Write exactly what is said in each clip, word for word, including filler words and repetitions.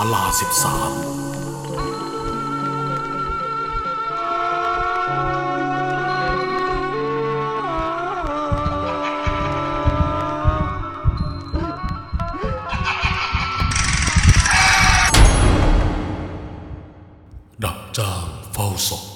ลาสิบสามดับจ้างเฝ้าศพ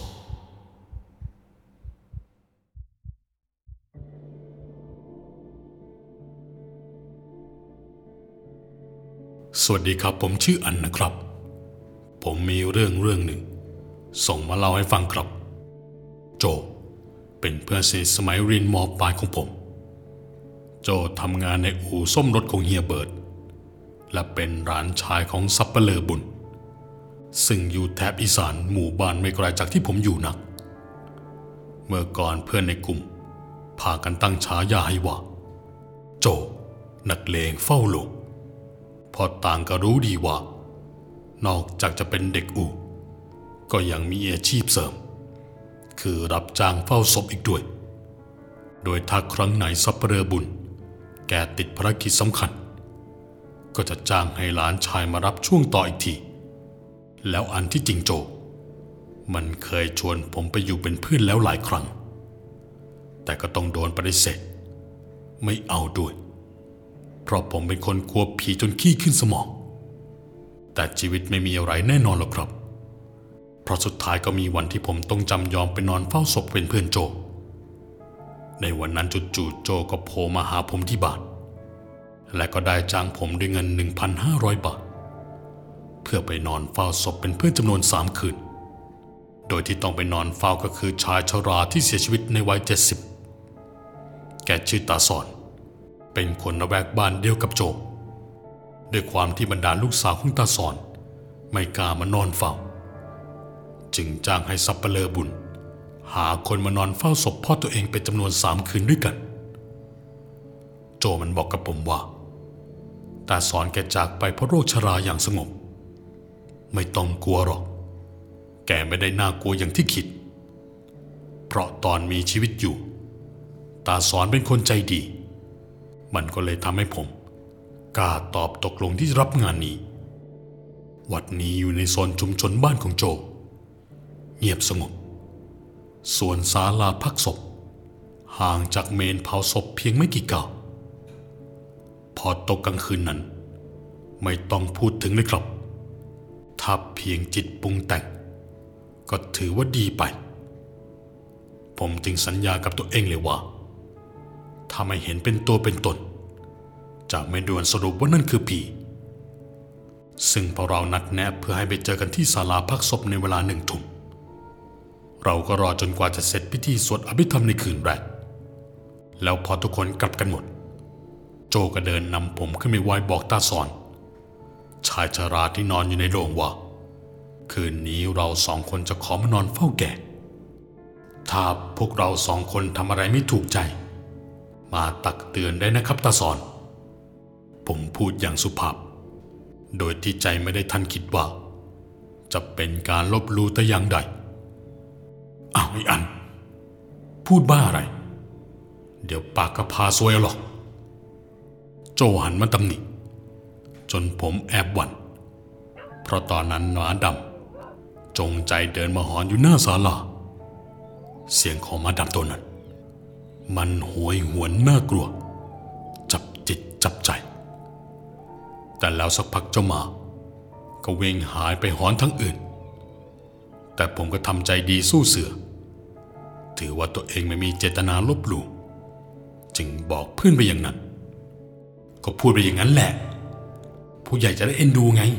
สวัสดีครับผมชื่ออันนะครับผมมีเรื่องเรื่องหนึ่งส่งมาเล่าให้ฟังครับโจเป็นเพื่อนสนิทสมัยเรียนม.ปลายของผมโจทำงานในอู่ซ่อมรถของเฮียเบิร์ตและเป็นหลานชายของสัปเหร่อบุญซึ่งอยู่แถบอีสานหมู่บ้านไม่ไกลจากที่ผมอยู่นักเมื่อก่อนเพื่อนในกลุ่มพากันตั้งฉายาให้ว่าโจนักเลงเฝ้าโลงพอต่างก็รู้ดีว่านอกจากจะเป็นเด็กอู่ก็ยังมีอาชีพเสริมคือรับจ้างเฝ้าศพอีกด้วยโดยถ้าครั้งไหนสัปเหร่อบุญแกติดภารกิจสำคัญก็จะจ้างให้หลานชายมารับช่วงต่ออีกทีแล้วอันที่จริงโจมันเคยชวนผมไปอยู่เป็นเพื่อนแล้วหลายครั้งแต่ก็ต้องโดนปฏิเสธไม่เอาด้วยเพราะผมเป็นคนกลัวผีจนขี้ขึ้นสมองแต่ชีวิตไม่มีอะไรแน่นอนหรอกครับเพราะสุดท้ายก็มีวันที่ผมต้องจำยอมไปนอนเฝ้าศพเป็นเพื่อนโจในวันนั้นจู่ๆโจก็โผล่มาหาผมที่บ้านและก็ได้จ้างผมด้วยเงิน หนึ่งพันห้าร้อย บาทเพื่อไปนอนเฝ้าศพเป็นเพื่อนจำนวนสามคืนโดยที่ต้องไปนอนเฝ้าก็คือชายชราที่เสียชีวิตในวัยเจ็ดสิบแกชื่อตาสอนเป็นคนระแวกบ้านเดียวกับโจด้วยความที่บรรดาลูกสาวของตาสอนไม่กล้ามานอนเฝ้าจึงจ้างให้สัปเหร่อบุญหาคนมานอนเฝ้าศพพ่อตัวเองเป็นจำนวนสามคืนด้วยกันโจมันบอกกับผมว่าตาสอนแกจากไปเพราะโรคชราอย่างสงบไม่ต้องกลัวหรอกแกไม่ได้น่ากลัวอย่างที่คิดเพราะตอนมีชีวิตอยู่ตาสอนเป็นคนใจดีมันก็เลยทำให้ผมกล้าตอบตกลงที่รับงานนี้วัดนี้อยู่ในโซนชุมชนบ้านของโจเงียบสงบส่วนศาลาพักศพห่างจากเมนเผาศพเพียงไม่กี่ก้าวพอตกกลางคืนนั้นไม่ต้องพูดถึงเลยครับถ้าเพียงจิตปรุงแต่งก็ถือว่าดีไปผมจึงสัญญากับตัวเองเลยว่าถ้าไม่เห็นเป็นตัวเป็นตนจะไม่ด่วนสรุปว่านั่นคือผีซึ่งพอเรานัดแนะเพื่อให้ไปเจอกันที่ศาลาพักศพในเวลาหนึ่งทุ่มเราก็รอจนกว่าจะเสร็จพิธีสวดอภิธรรมในคืนแรกแล้วพอทุกคนกลับกันหมดโจก็เดินนำผมขึ้นไปไหว้บอกตาสอนชายชราที่นอนอยู่ในโรงว่าคืนนี้เราสองคนจะขอมานอนเฝ้าแกถ้าพวกเราสองคนทำอะไรไม่ถูกใจมาตักเตือนได้นะครับตาสอนผมพูดอย่างสุภาพโดยที่ใจไม่ได้ทันคิดว่าจะเป็นการลบลู่แต่อย่างใดอ้าวไอ้อันพูดบ้าอะไรเดี๋ยวปากกระพาซวยหรอกโจหันมาตำหนิจนผมแอบหวั่นเพราะตอนนั้นหมาดำจงใจเดินมาหอนอยู่หน้าศาลาเสียงของหมาดำตัวนั้นมันโหยหวนน่ากลัวจับจิตจับใจแต่แล้วสักพักเจ้าหมาก็เว่งหายไปหอนทั้งอื่นแต่ผมก็ทำใจดีสู้เสือถือว่าตัวเองไม่มีเจตนาลบหลู่จึงบอกเพื่อนไปอย่างนั้นก็พูดไปอย่างนั้นแหละผู้ใหญ่จะได้เอ็นดูไง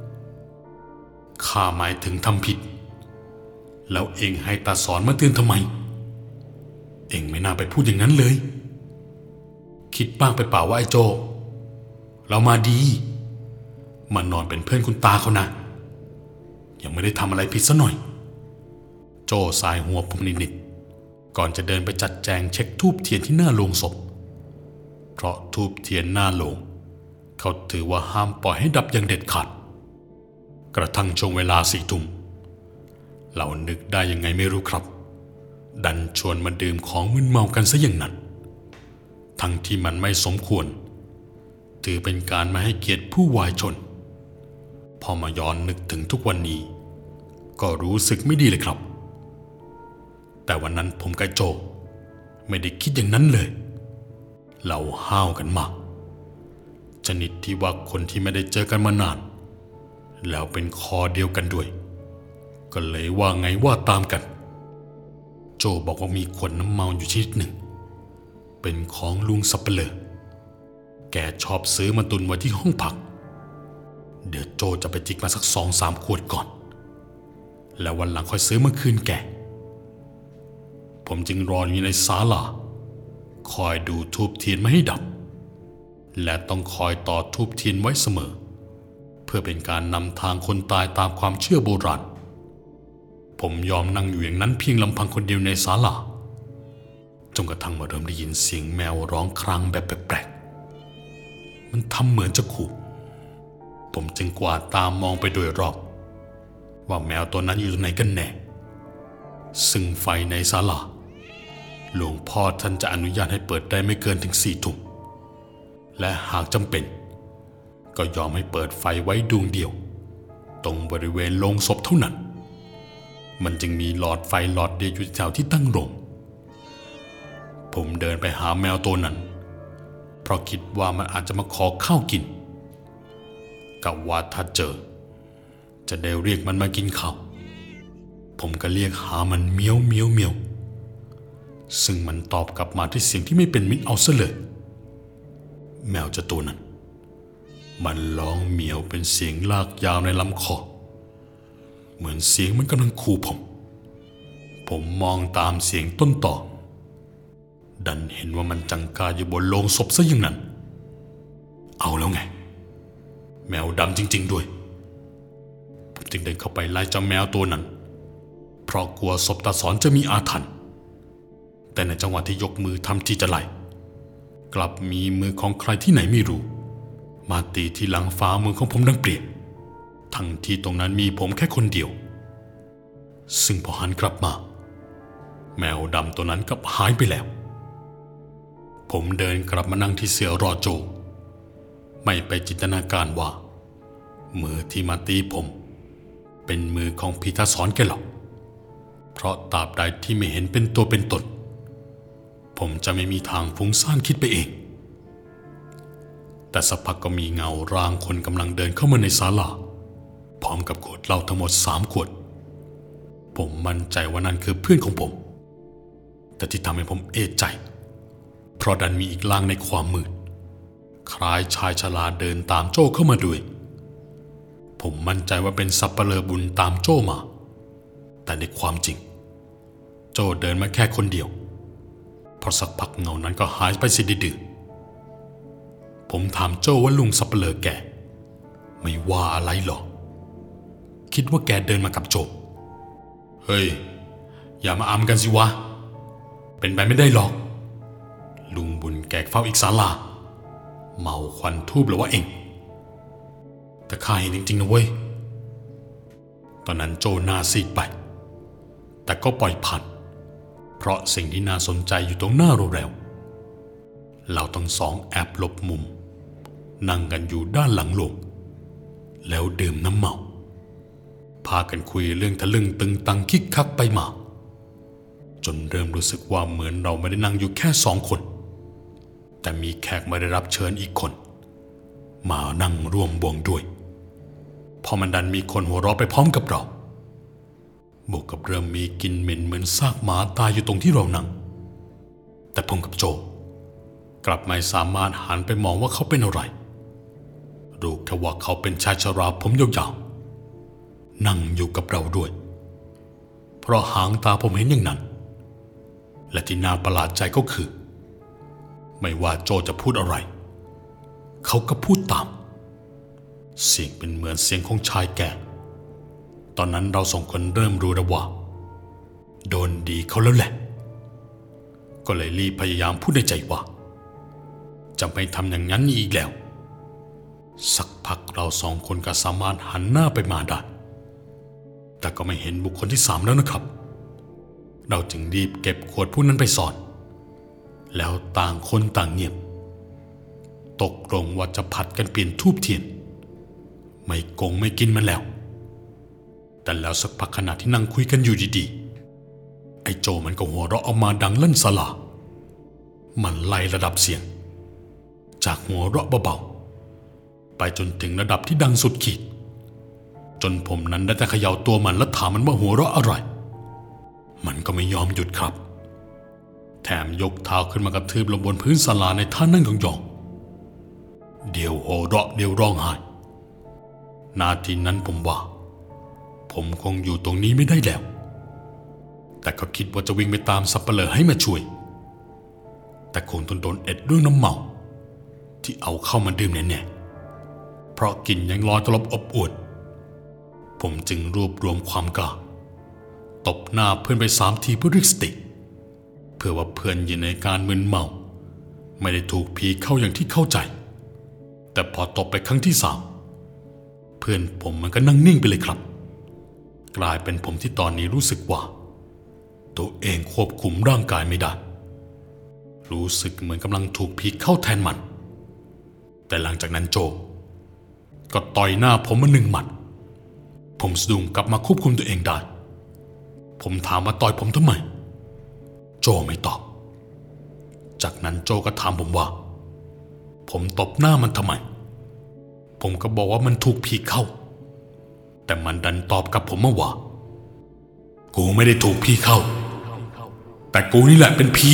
ข้าหมายถึงทำผิดแล้วเองให้ตาสอนมาเตือนทำไมเองไม่น่าไปพูดอย่างนั้นเลยคิดบ้างไปเปล่าว่าไอ้โจเรามาดีมานอนเป็นเพื่อนคุณตาเขานะยังไม่ได้ทำอะไรผิดซะหน่อยโจสายหัวผมนิดๆก่อนจะเดินไปจัดแจงเช็คธูปเทียนที่หน้าโลงศพเพราะธูปเทียนหน้าโลงเขาถือว่าห้ามปล่อยให้ดับอย่างเด็ดขาดกระทั่งช่วงเวลาสี่ทุ่มเรานึกได้ยังไงไม่รู้ครับดันชวนมาดื่มของมึนเมากันซะอย่างนั้นทั้งที่มันไม่สมควรถือเป็นการไม่ให้เกียรติผู้วายชนพอมาย้อนนึกถึงทุกวันนี้ก็รู้สึกไม่ดีเลยครับแต่วันนั้นผมกับโจไม่ได้คิดอย่างนั้นเลยเราห้าวกันมากชนิดที่ว่าคนที่ไม่ได้เจอกันมานานแล้วเป็นคอเดียวกันด้วยก็เลยว่าไงว่าตามกันโจบอกว่ามีขวดน้ำเมาอยู่ชนิดหนึ่งเป็นของลุงสับเปลือแกชอบซื้อมาตุนไว้ที่ห้องพักเดี๋ยวโจจะไปจิกมาสักสองสามขวดก่อนแล้ววันหลังค่อยซื้อมาคืนแกผมจึงรออยู่ในศาลาคอยดูธูปเทียนไม่ให้ดับและต้องคอยต่อธูปเทียนไว้เสมอเพื่อเป็นการนำทางคนตายตามความเชื่อโบราณผมยอมนั่งอยู่อย่างนั้นเพียงลำพังคนเดียวในศาลาจนกระทั่งมาเริ่มได้ยินเสียงแมวร้องครางแบบแปลกๆมันทำเหมือนจะขู่ผมจึงกวาดตามมองไปโดยรอบว่าแมวตัวนั้นอยู่ตรงไหนกันแน่ซึ่งไฟในศาลาหลวงพ่อท่านจะอนุญาตให้เปิดได้ไม่เกินถึงสี่ทุ่มและหากจำเป็นก็ยอมให้เปิดไฟไว้ดวงเดียวตรงบริเวณโลงศพเท่านั้นมันจึงมีหลอดไฟหลอดเดียวอยู่แถวที่ตั้งโรงผมเดินไปหาแมวตัวนั้นเพราะคิดว่ามันอาจจะมาขอข้าวกินกับว่าถ้าเจอจะได้เรียกมันมากินข้าวผมก็เรียกหามันเมียวเมียวเมียวซึ่งมันตอบกลับมาด้วยเสียงที่ไม่เป็นมิตรเอาซะเลยแมวเจ้าตัวนั้นมันร้องเมียวเป็นเสียงลากยาวในลำคอเหมือนเสียงมันกำลังขู่ผมผมมองตามเสียงต้นต่อดันเห็นว่ามันจังกาอยู่บนโลงศพซะอย่างนั้นเอาแล้วไงแมวดำจริงๆด้วยผมจึงเดินเข้าไปไล่เจ้าแมวตัวนั้นเพราะกลัวศพตาสอนจะมีอาถรรพ์แต่ในจังหวะที่ยกมือทำที่จะไล่กลับมีมือของใครที่ไหนไม่รู้มาตีที่หลังฝ่ามือของผมดังเปรียบทั้งที่ตรงนั้นมีผมแค่คนเดียวซึ่งพอหันกลับมาแมวดำตัวนั้นก็หายไปแล้วผมเดินกลับมานั่งที่เสื่อรอโจไม่ไปจินตนาการว่ามือที่มาตีผมเป็นมือของพี่ทศรแกหรอกเพราะตราบใดที่ไม่เห็นเป็นตัวเป็นตนผมจะไม่มีทางฟุ้งซ่านคิดไปเองแต่สักพักก็มีเงาร่างคนกำลังเดินเข้ามาในศาลาพร้อมกับขวดเหล้าทั้งหมดสามขวดผมมั่นใจว่านั่นคือเพื่อนของผมแต่ที่ทำให้ผมเอะใจเพราะดันมีอีกร่างในความมืดคล้ายชายชราเดินตามโจ้เข้ามาด้วยผมมั่นใจว่าเป็นสัปเหร่อบุญตามโจ้มาแต่ในความจริงโจ้เดินมาแค่คนเดียวพอสักพักเงานั้นก็หายไปสิดื้อผมถามโจ้ว่าลุงสัปเหร่อแกไม่ว่าอะไรหรอกคิดว่าแกเดินมากับโจ้เฮ้ยอย่ามาอำกันสิวะเป็นไปไม่ได้หรอกลุงบุญแกเฝ้าอีกศาลาเมาควันทูบหรือว่าเองแต่ข้าเห็นจริงๆนะเว้ยตอนนั้นโจหน้าซีดไปแต่ก็ปล่อยผ่านเพราะสิ่งที่น่าสนใจอยู่ตรงหน้าเราแล้วเราทั้งสองแอบหลบมุมนั่งกันอยู่ด้านหลังโรงแล้วดื่มน้ำเมาพากันคุยเรื่องทะลึ่งตึงตังคิกคักไปมาจนเริ่มรู้สึกว่าเหมือนเราไม่ได้นั่งอยู่แค่สองคนแต่มีแขกมาได้รับเชิญอีกคนมานั่งร่วมวงด้วยพอมันดันมีคนหัวเราะไปพร้อมกับเราบวกกับเริ่มมีกลิ่นเหม็นเหมือนซากหมาตายอยู่ตรงที่เรานั่งแต่ผมกับโจกลับไม่สามารถหันไปมองว่าเขาเป็นอะไรรู้แค่ว่าเขาเป็นชายชราผมยาวๆนั่งอยู่กับเราด้วยเพราะหางตาผมเห็นอย่างนั้นและที่น่าประหลาดใจก็คือไม่ว่าโจจะพูดอะไรเขาก็พูดตามเสียงเป็นเหมือนเสียงของชายแก่ตอนนั้นเราสองคนเริ่มรู้แล้วว่าโดนดีเขาแล้วแหละก็เลยรีบพยายามพูดในใจว่าจะไม่ทำอย่างนั้นอีกแล้วสักพักเราสองคนก็สามารถหันหน้าไปมาได้แต่ก็ไม่เห็นบุคคลที่สามแล้วนะครับเราจึงรีบเก็บขวดพวกนั้นไปซ่อนแล้วต่างคนต่างเงียบตกลงว่าจะผัดกันเปลี่ยนธูปเทียนไม่โกงไม่กินมันแล้วแต่แล้วสักพักขณะที่นั่งคุยกันอยู่ดีๆไอ้โจมันก็หัวเราะออกมาดังลั่นศาลามันไล่ระดับเสียงจากหัวเราะเบาๆไปจนถึงระดับที่ดังสุดขีดจนผมนั้นได้แต่เขย่าตัวมันและถามมันว่าหัวเราะอะไรมันก็ไม่ยอมหยุดครับแถมยกเท้าขึ้นมากระทืบลงบนพื้นศาลาในท่านั่งยองๆเดี๋ยวหัวเราะเดี๋ยวร้องไห้นาทีนั้นผมว่าผมคงอยู่ตรงนี้ไม่ได้แล้วแต่ก็คิดว่าจะวิ่งไปตามสัปเหร่อให้มาช่วยแต่คงทนโดนเอ็ดเรื่องน้ำเมาที่เอาเข้ามาดื่มแน่ๆเพราะกลิ่นยังลอยตลบอบอวดผมจึงรวบรวมความกล้าตบหน้าเพื่อนไปสามทีเพื่อเรียกสติเพื่อว่าเพื่อนอยู่ในการมึนเมาไม่ได้ถูกผีเข้าอย่างที่เข้าใจแต่พอตบไปครั้งที่สามเพื่อนผมมันก็นั่งนิ่งไปเลยครับกลายเป็นผมที่ตอนนี้รู้สึกว่าตัวเองควบคุมร่างกายไม่ได้รู้สึกเหมือนกำลังถูกผีเข้าแทนมันแต่หลังจากนั้นโจก็ต่อยหน้าผมมาหนึ่งหมัดผมสะดุ้งกลับมาควบคุมตัวเองได้ผมถามว่าต่อยผมทำไมโจไม่ตอบจากนั้นโจก็ถามผมว่าผมตบหน้ามันทำไมผมก็บอกว่ามันถูกผีเข้าแต่มันดันตอบกับผมมาว่ากูไม่ได้ถูกผีเข้าแต่กูนี่แหละเป็นผี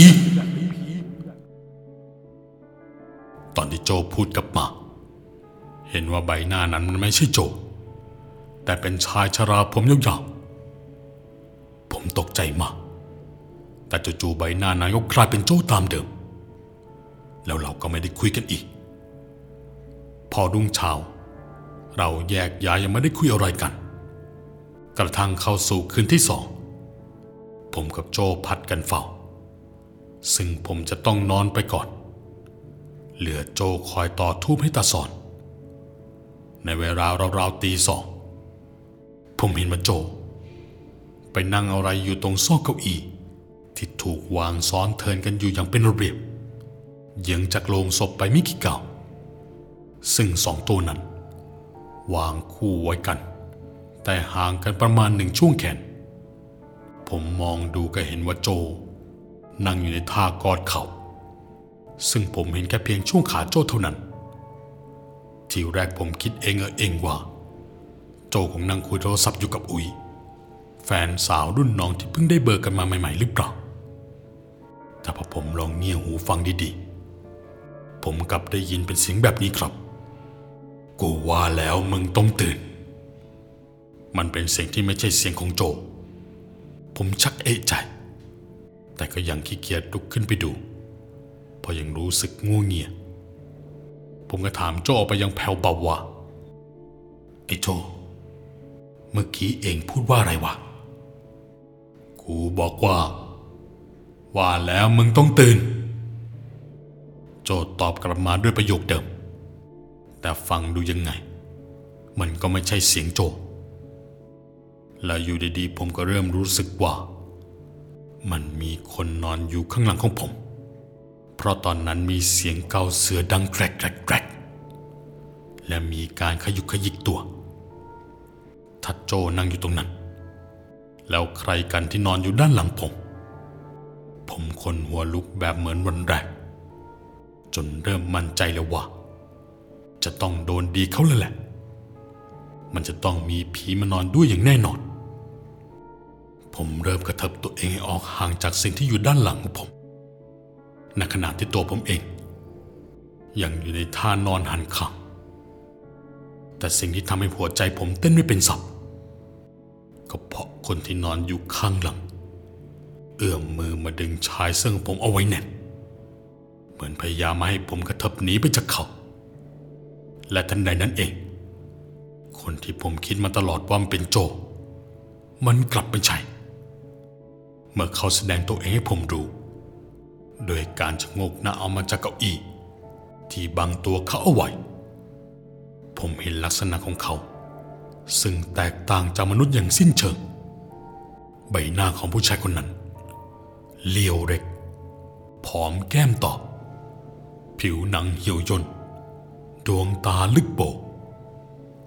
ตอนที่โจพูดกลับมาเห็นว่าใบหน้านั้นมันไม่ใช่โจแต่เป็นชายชราผมยาวๆผมตกใจมากแต่จู่ๆใบหน้านั้นก็กลายเป็นโจตามเดิมแล้วเราก็ไม่ได้คุยกันอีกพอรุ่งเช้าเราแยกย้ายยังไม่ได้คุยอะไรกันกระทั่งเข้าสู่คืนที่สองผมกับโจผัดกันเฝ้าซึ่งผมจะต้องนอนไปก่อนเหลือโจคอยต่อธูปให้ตาสอนในเวลาราวๆตีสองผมเห็นว่าโจไปนั่งอะไรอยู่ตรงซอกเก้าอี้ที่ถูกวางซ้อนเทินกันอยู่อย่างเป็นระเบียบเยื้องจากโลงศพไปไม่กี่ก้าวซึ่งสองตัวนั้นวางคู่ไว้กันแต่ห่างกันประมาณหนึ่งช่วงแขนผมมองดูก็เห็นว่าโจนั่งอยู่ในท่ากอดเข่าซึ่งผมเห็นแค่เพียงช่วงขาโจเท่านั้นทีแรกผมคิดเองเออเองว่าโจคงนั่งคุยโทรศัพท์อยู่กับอุ๋ยแฟนสาวรุ่นน้องที่เพิ่งได้เบอร์กันมาใหม่ๆหรือเปล่าแต่พอผมลองเงี่ยหูฟังดีๆผมกลับได้ยินเป็นเสียงแบบนี้ครับกูว่าแล้วมึงต้องตื่นมันเป็นเสียงที่ไม่ใช่เสียงของโจผมชักเอะใจแต่ก็ยังขี้เกียจลุกขึ้นไปดูเพราะยังรู้สึกง่วงเงียผมก็ถามโจไปยังแผ่วเบาว่าไอ้โจเมื่อกี้เองพูดว่าอะไรวะกูบอกว่าว่าแล้วมึงต้องตื่นโจตอบกลับมาด้วยประโยคเดิมแต่ฟังดูยังไงมันก็ไม่ใช่เสียงโจและอยู่ดีๆผมก็เริ่มรู้สึกว่ามันมีคนนอนอยู่ข้างหลังของผมเพราะตอนนั้นมีเสียงเกาเสือดังแกรกแกรกแกรกและมีการขยุกขยิกตัวถ้าโจนั่งอยู่ตรงนั้นแล้วใครกันที่นอนอยู่ด้านหลังผมผมคนหัวลุกแบบเหมือนวันแรกจนเริ่มมั่นใจแล้วว่าจะต้องโดนดีเขาแล้วแหละมันจะต้องมีผีมานอนด้วยอย่างแน่นอนผมเริ่มกระเถิบตัวเองให้ออกห่างจากสิ่งที่อยู่ด้านหลังของผมในขณะที่ตัวผมเองยังอยู่ในท่านอนหันข้างแต่สิ่งที่ทำให้หัวใจผมเต้นไม่เป็นสับก็เพราะคนที่นอนอยู่ข้างหลังเอื้อมมือมาดึงชายเสื้อของผมเอาไว้แน่นเหมือนพยายามมาให้ผมกระเถิบหนีไปจากเขาและทันใดนั้นเองคนที่ผมคิดมาตลอดว่ามันเป็นโจมันกลับไม่ใช่เมื่อเขาแสดงตัวเองให้ผมดูโดยการชะโงกหน้าเอามาจากเก้าอี้ที่บังตัวเขาเอาไว้ผมเห็นลักษณะของเขาซึ่งแตกต่างจากมนุษย์อย่างสิ้นเชิงใบหน้าของผู้ชายคนนั้นเลียวเล็กผอมแก้มตอบผิวหนังเหี่ยวย่นดวงตาลึกโบ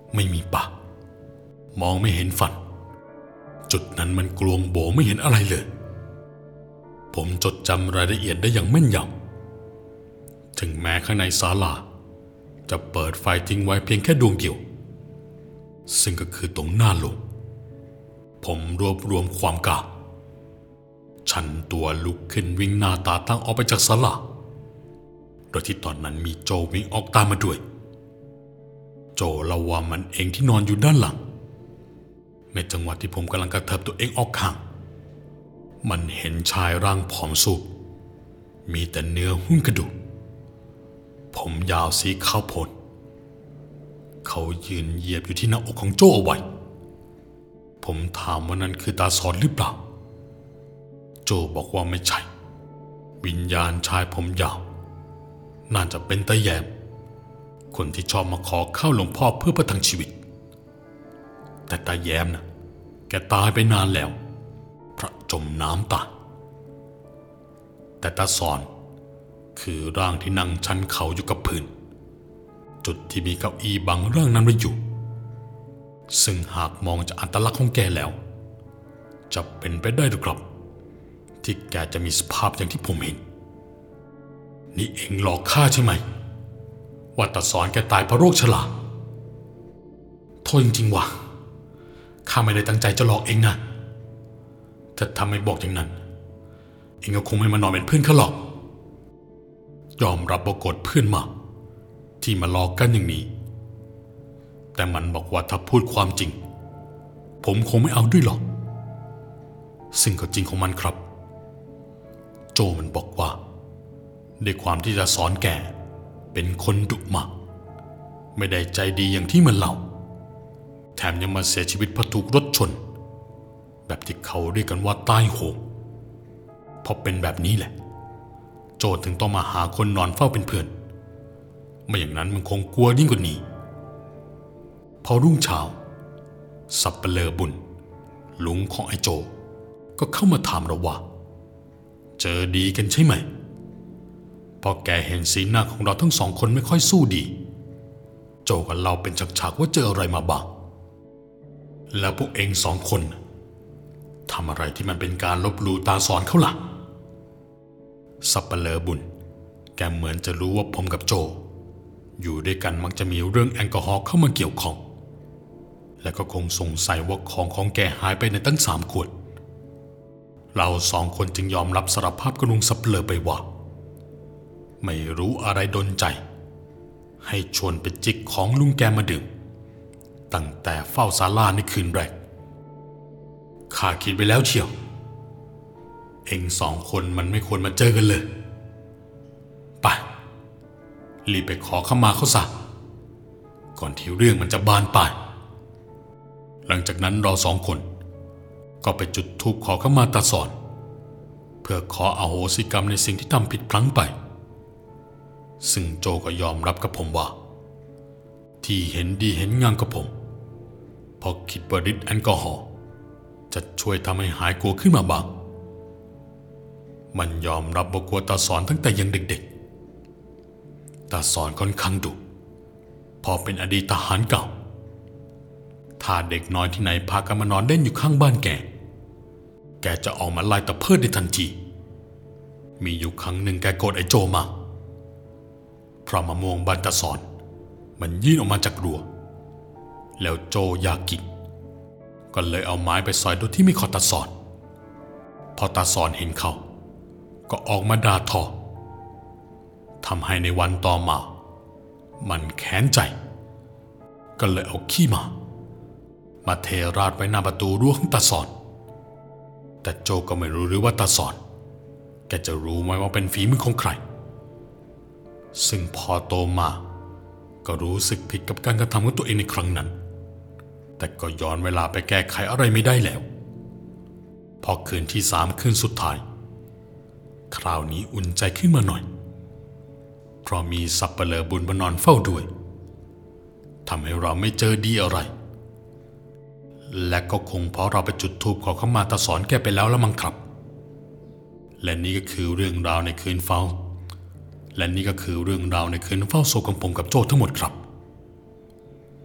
ไม่มีปากมองไม่เห็นฟันจุดนั้นมันกลวงโบไม่เห็นอะไรเลยผมจดจำรายละเอียดได้อย่างแม่นยำถึงแม้ข้างในศาลาจะเปิดไฟทิ้งไว้เพียงแค่ดวงเดียวซึ่งก็คือตรงหน้าโลงผมรวบรวมความกล้าฉันตัวลุกขึ้นวิ่งหน้าตาตั้งออกไปจากศาลาโดยที่ตอนนั้นมีโจวิ่งออกตามมาด้วยโจเล่าว่ามันเองที่นอนอยู่ด้านหลังในจังหวะที่ผมกำลังกระเถิบตัวเองออกข้างมันเห็นชายร่างผอมสูบมีแต่เนื้อหุ้มกระดูกผมยาวสีขาวโพลนเขายืนเหยียบอยู่ที่หน้าอกของโจเอาไว้ผมถามว่านั่นคือตาสอนหรือเปล่าโจบอกว่าไม่ใช่วิญญาณชายผมยาวน่าจะเป็นตาแยมคนที่ชอบมาขอเข้าหลวงพ่อเพื่อประทังชีวิตแต่ตาแยมนะแกตายไปนานแล้วพระจมน้ำตายแต่ตาสอนคือร่างที่นั่งชันเข่าอยู่กับพื้นจุดที่มีเก้าอี้บังร่างนั้นไว้อยู่ซึ่งหากมองจากอัตลักษณ์ของแกแล้วจะเป็นไปได้หรือครับที่แกจะมีสภาพอย่างที่ผมเห็นนี่เองหลอกข้าใช่ไหมว่าตาสอนแกตายเพราะโรคชราโทษจริงๆว่ะข้าไม่ได้ตั้งใจจะหลอกเองนะแต่ถ้าไม่บอกอย่างนั้นเองก็คงไม่มานอนเป็นเพื่อนข้าหรอกยอมรับว่าโกรธเพื่อนมากที่มาหลอกกันอย่างนี้แต่มันบอกว่าถ้าพูดความจริงผมคงไม่เอาด้วยหรอกซึ่งก็จริงของมันครับโจมันบอกว่าด้วยความที่จะสอนแกเป็นคนดุมากไม่ได้ใจดีอย่างที่มันเล่าแถมยังมาเสียชีวิตเพราะถูกรถชนแบบที่เขาเรียกกันว่าตายโหงเพราะเป็นแบบนี้แหละโจถึงต้องมาหาคนนอนเฝ้าเป็นเพื่อนไม่อย่างนั้นมันคงกลัวยิ่งกว่านี้พอรุ่งเช้าสัปเหร่อบุญลุงของไอ้โจก็เข้ามาถามเราว่าเจอดีกันใช่ไหมพอแกเห็นสีหน้าของเราทั้งสองคนไม่ค่อยสู้ดีโจกับเราเป็นฉากๆว่าเจออะไรมาบ้างแล้วพวกเองสองคนทำอะไรที่มันเป็นการลบหลู่ตาสอนเขาล่ะสัปเหร่อบุญแกเหมือนจะรู้ว่าผมกับโจอยู่ด้วยกันมักจะมีเรื่องแอลกอฮอล์เข้ามาเกี่ยวข้องและก็คงสงสัยว่าของของแกหายไปในตั้งสามขวดเราสองคนจึงยอมรับสารภาพกับลุงสัปเหร่อไปว่าไม่รู้อะไรดลใจให้ชวนไปจิกของลุงแกมาดื่มตั้งแต่เฝ้าศาลาในคืนแรกข้าคิดไปแล้วเชียวเองสองคนมันไม่ควรมาเจอกันเลยไปรีบไปขอขมาเขาซะก่อนที่เรื่องมันจะบานปลายหลังจากนั้นเราสองคนก็ไปจุดธูปขอขมาตาสอนเพื่อขออโหสิกรรมในสิ่งที่ทำผิดพลั้งไปซึ่งโจก็ยอมรับกับผมว่าที่เห็นดีเห็นงามกับผมเพราะคิดว่าฤทธิ์แอลกอฮอล์จะช่วยทำให้หายกลัวขึ้นมาบ้างมันยอมรับว่ากลัวตาสอนตั้งแต่ยังเด็กๆตาสอนค่อนข้างดุพอเป็นอดีตทหารเก่าถ้าเด็กน้อยที่ไหนพากันมานอนเล่นอยู่ข้างบ้านแกแกจะออกมาไล่ตะเพิดในทันทีมีอยู่ครั้งหนึ่งแกโกรธไอ้โจมากเพราะมะม่วงบ้านตาสอนมันยื่นออกมาจากรั้วแล้วโจอยากกินก็เลยเอาไม้ไปสอยโดยที่ไม่ขอตาสอนพอตาสอนเห็นเขาก็ออกมาด่าทอทำให้ในวันต่อมามันแค้นใจก็เลยเอาขี้หมามาเทราดไว้หน้าประตูรั้วของตาสอนแต่โจก็ไม่รู้หรือว่าตาสอนแกจะรู้ไหมว่าเป็นฝีมือของใครซึ่งพอโตมาก็รู้สึกผิดกับการกระทำของตัวเองในครั้งนั้นแต่ก็ย้อนเวลาไปแก้ไขอะไรไม่ได้แล้วพอคืนที่สามคืนสุดท้ายคราวนี้อุ่นใจขึ้นมาหน่อยเพราะมีสัปเหร่อบุญมานอนเฝ้าด้วยทำให้เราไม่เจอดีอะไรและก็คงเพราะเราไปจุดธูปขอขมาตาสอนแกไปแล้วละมั้งครับและนี่ก็คือเรื่องราวในคืนเฝ้าและนี่ก็คือเรื่องราวในคืนเฝ้าโศกของผมกับโจ้ทั้งหมดครับ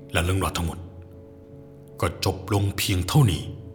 และเรื่องราวทั้งหมดก็จบลงเพียงเท่านี้